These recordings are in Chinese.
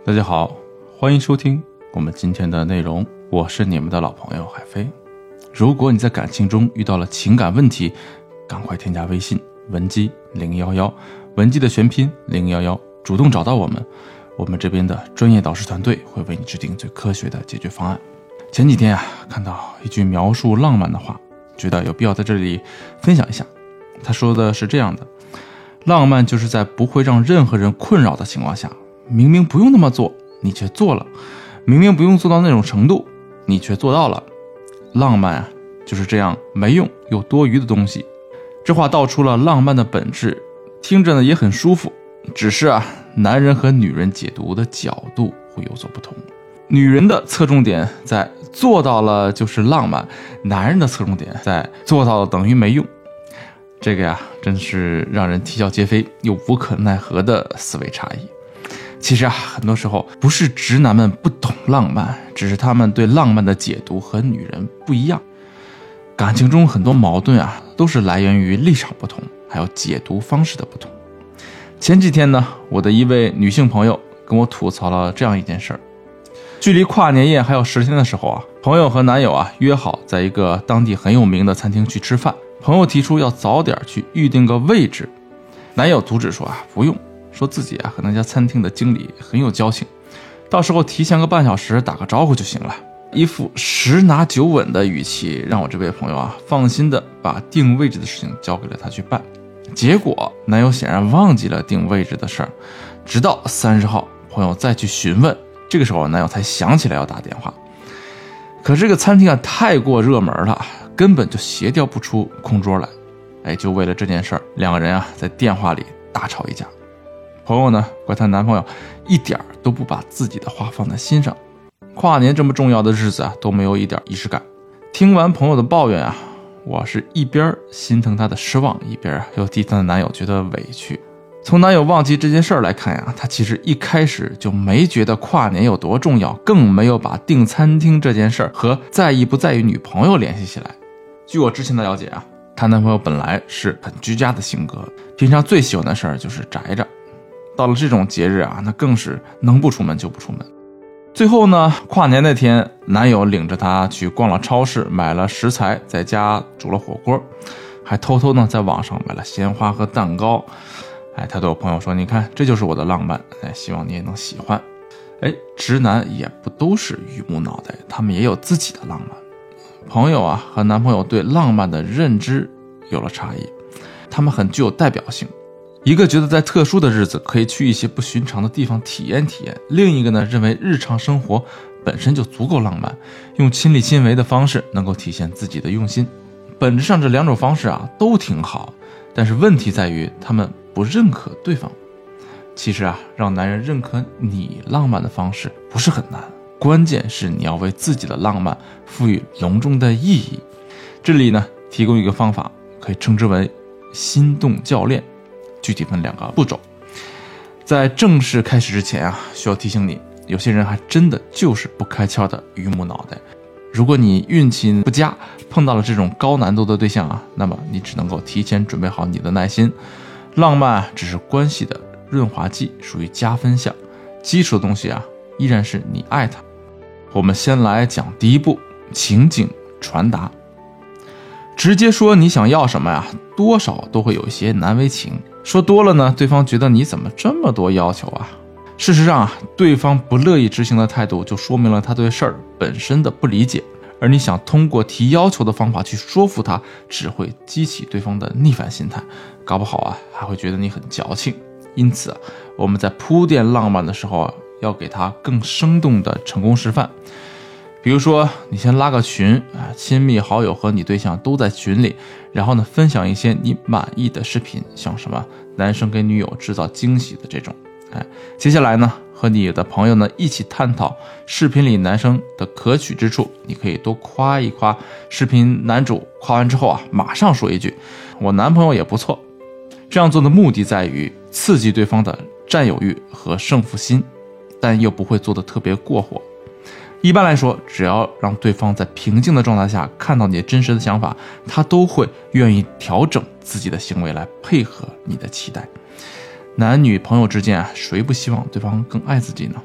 大家好，欢迎收听我们今天的内容，我是你们的老朋友海飞。如果你在感情中遇到了情感问题，赶快添加微信文姬011，文姬的全拼011，主动找到我们，我们这边的专业导师团队会为你制定最科学的解决方案。前几天看到一句描述浪漫的话，觉得有必要在这里分享一下。他说的是这样的：浪漫就是在不会让任何人困扰的情况下，明明不用那么做，你却做了；明明不用做到那种程度，你却做到了。浪漫就是这样没用又多余的东西。这话道出了浪漫的本质，听着呢也很舒服。只是男人和女人解读的角度会有所不同。女人的侧重点在做到了就是浪漫，男人的侧重点在做到了等于没用。这个真是让人啼笑皆非又无可奈何的思维差异。其实很多时候不是直男们不懂浪漫，只是他们对浪漫的解读和女人不一样。感情中很多矛盾都是来源于立场不同，还有解读方式的不同。前几天呢，我的一位女性朋友跟我吐槽了这样一件事儿。距离跨年夜还有10天的时候朋友和男友约好在一个当地很有名的餐厅去吃饭。朋友提出要早点去预定个位置，男友阻止说不用，说自己和那家餐厅的经理很有交情，到时候提前个半小时打个招呼就行了。一副十拿九稳的语气，让我这位朋友放心的把定位置的事情交给了他去办。结果男友显然忘记了定位置的事儿，直到30号朋友再去询问，这个时候男友才想起来要打电话。可这个餐厅太过热门了，根本就协调不出空桌来。就为了这件事儿，两个人在电话里大吵一架。朋友呢怪她男朋友一点都不把自己的话放在心上，跨年这么重要的日子都没有一点仪式感。听完朋友的抱怨我是一边心疼她的失望，一边又替她的男友觉得委屈。从男友忘记这件事儿来看他其实一开始就没觉得跨年有多重要，更没有把订餐厅这件事儿和在意不在意女朋友联系起来。据我之前的了解她男朋友本来是很居家的性格，平常最喜欢的事儿就是宅着，到了这种节日那更是能不出门就不出门。最后呢，跨年那天男友领着她去逛了超市，买了食材，在家煮了火锅，还偷偷呢在网上买了鲜花和蛋糕。他对我朋友说，你看这就是我的浪漫，希望你也能喜欢。直男也不都是榆木脑袋，他们也有自己的浪漫。朋友和男朋友对浪漫的认知有了差异，他们很具有代表性。一个觉得在特殊的日子可以去一些不寻常的地方体验体验，另一个呢认为日常生活本身就足够浪漫，用亲力亲为的方式能够体现自己的用心。本质上这两种方式都挺好，但是问题在于他们不认可对方。其实让男人认可你浪漫的方式不是很难，关键是你要为自己的浪漫赋予隆重的意义。这里呢提供一个方法，可以称之为心动教练，具体分2个步骤。在正式开始之前需要提醒你，有些人还真的就是不开窍的榆木脑袋。如果你运气不佳，碰到了这种高难度的对象那么你只能够提前准备好你的耐心。浪漫只是关系的润滑剂，属于加分项，基础的东西依然是你爱他。我们先来讲第一步，情景传达。直接说你想要什么多少都会有一些难为情，说多了呢，对方觉得你怎么这么多要求事实上对方不乐意执行的态度就说明了他对事儿本身的不理解，而你想通过提要求的方法去说服他，只会激起对方的逆反心态，搞不好还会觉得你很矫情。因此我们在铺垫浪漫的时候要给他更生动的成功示范。比如说你先拉个群亲密好友和你对象都在群里，然后呢分享一些你满意的视频，像什么男生给女友制造惊喜的这种。接下来呢和你的朋友呢一起探讨视频里男生的可取之处，你可以多夸一夸视频男主，夸完之后马上说一句我男朋友也不错。这样做的目的在于刺激对方的占有欲和胜负心，但又不会做得特别过火。一般来说，只要让对方在平静的状态下看到你真实的想法，他都会愿意调整自己的行为来配合你的期待。男女朋友之间谁不希望对方更爱自己呢？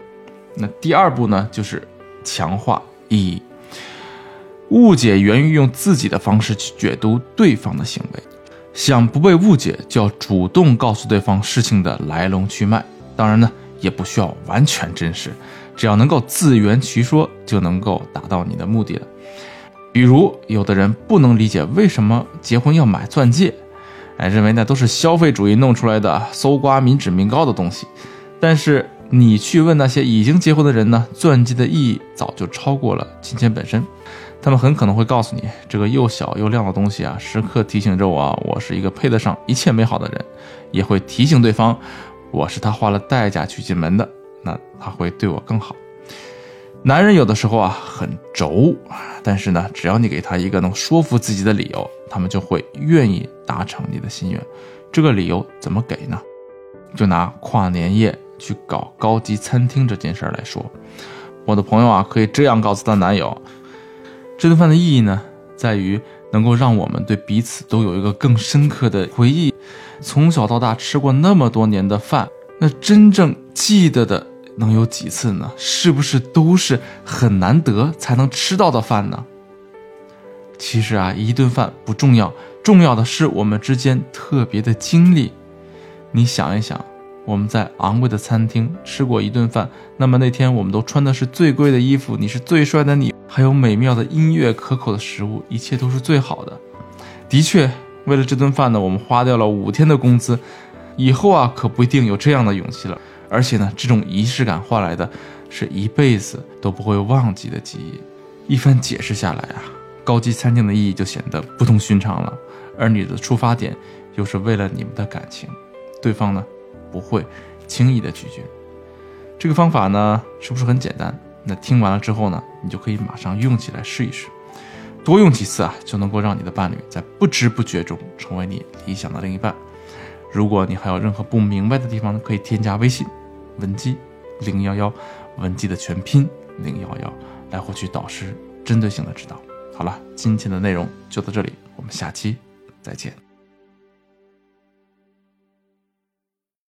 那第二步呢，就是强化意义。误解源于用自己的方式去解读对方的行为，想不被误解，就要主动告诉对方事情的来龙去脉。当然呢，也不需要完全真实，只要能够自圆其说，就能够达到你的目的了。比如，有的人不能理解为什么结婚要买钻戒，认为那都是消费主义弄出来的搜刮民脂民膏的东西。但是你去问那些已经结婚的人呢，钻戒的意义早就超过了金钱本身。他们很可能会告诉你，这个又小又亮的东西时刻提醒着我是一个配得上一切美好的人，也会提醒对方，我是他花了代价娶进门的，那他会对我更好。男人有的时候很轴，但是呢，只要你给他一个能说服自己的理由，他们就会愿意达成你的心愿。这个理由怎么给呢？就拿跨年夜去搞高级餐厅这件事来说，我的朋友可以这样告诉她男友，这顿饭的意义呢，在于能够让我们对彼此都有一个更深刻的回忆。从小到大吃过那么多年的饭，那真正记得的能有几次呢？是不是都是很难得才能吃到的饭呢？其实一顿饭不重要，重要的是我们之间特别的经历。你想一想，我们在昂贵的餐厅吃过一顿饭，那么那天我们都穿的是最贵的衣服，你是最帅的你，还有美妙的音乐，可口的食物，一切都是最好的。的确，为了这顿饭呢，我们花掉了5天的工资，以后可不一定有这样的勇气了。而且呢，这种仪式感换来的是一辈子都不会忘记的记忆。一番解释下来高级餐厅的意义就显得不同寻常了，而你的出发点又是为了你们的感情，对方呢不会轻易的拒绝。这个方法呢是不是很简单？那听完了之后呢，你就可以马上用起来试一试，多用几次就能够让你的伴侣在不知不觉中成为你理想的另一半。如果你还有任何不明白的地方呢，可以添加微信文姬011，文姬的全拼011，来获取导师针对性的指导。好了，今天的内容就到这里，我们下期再见。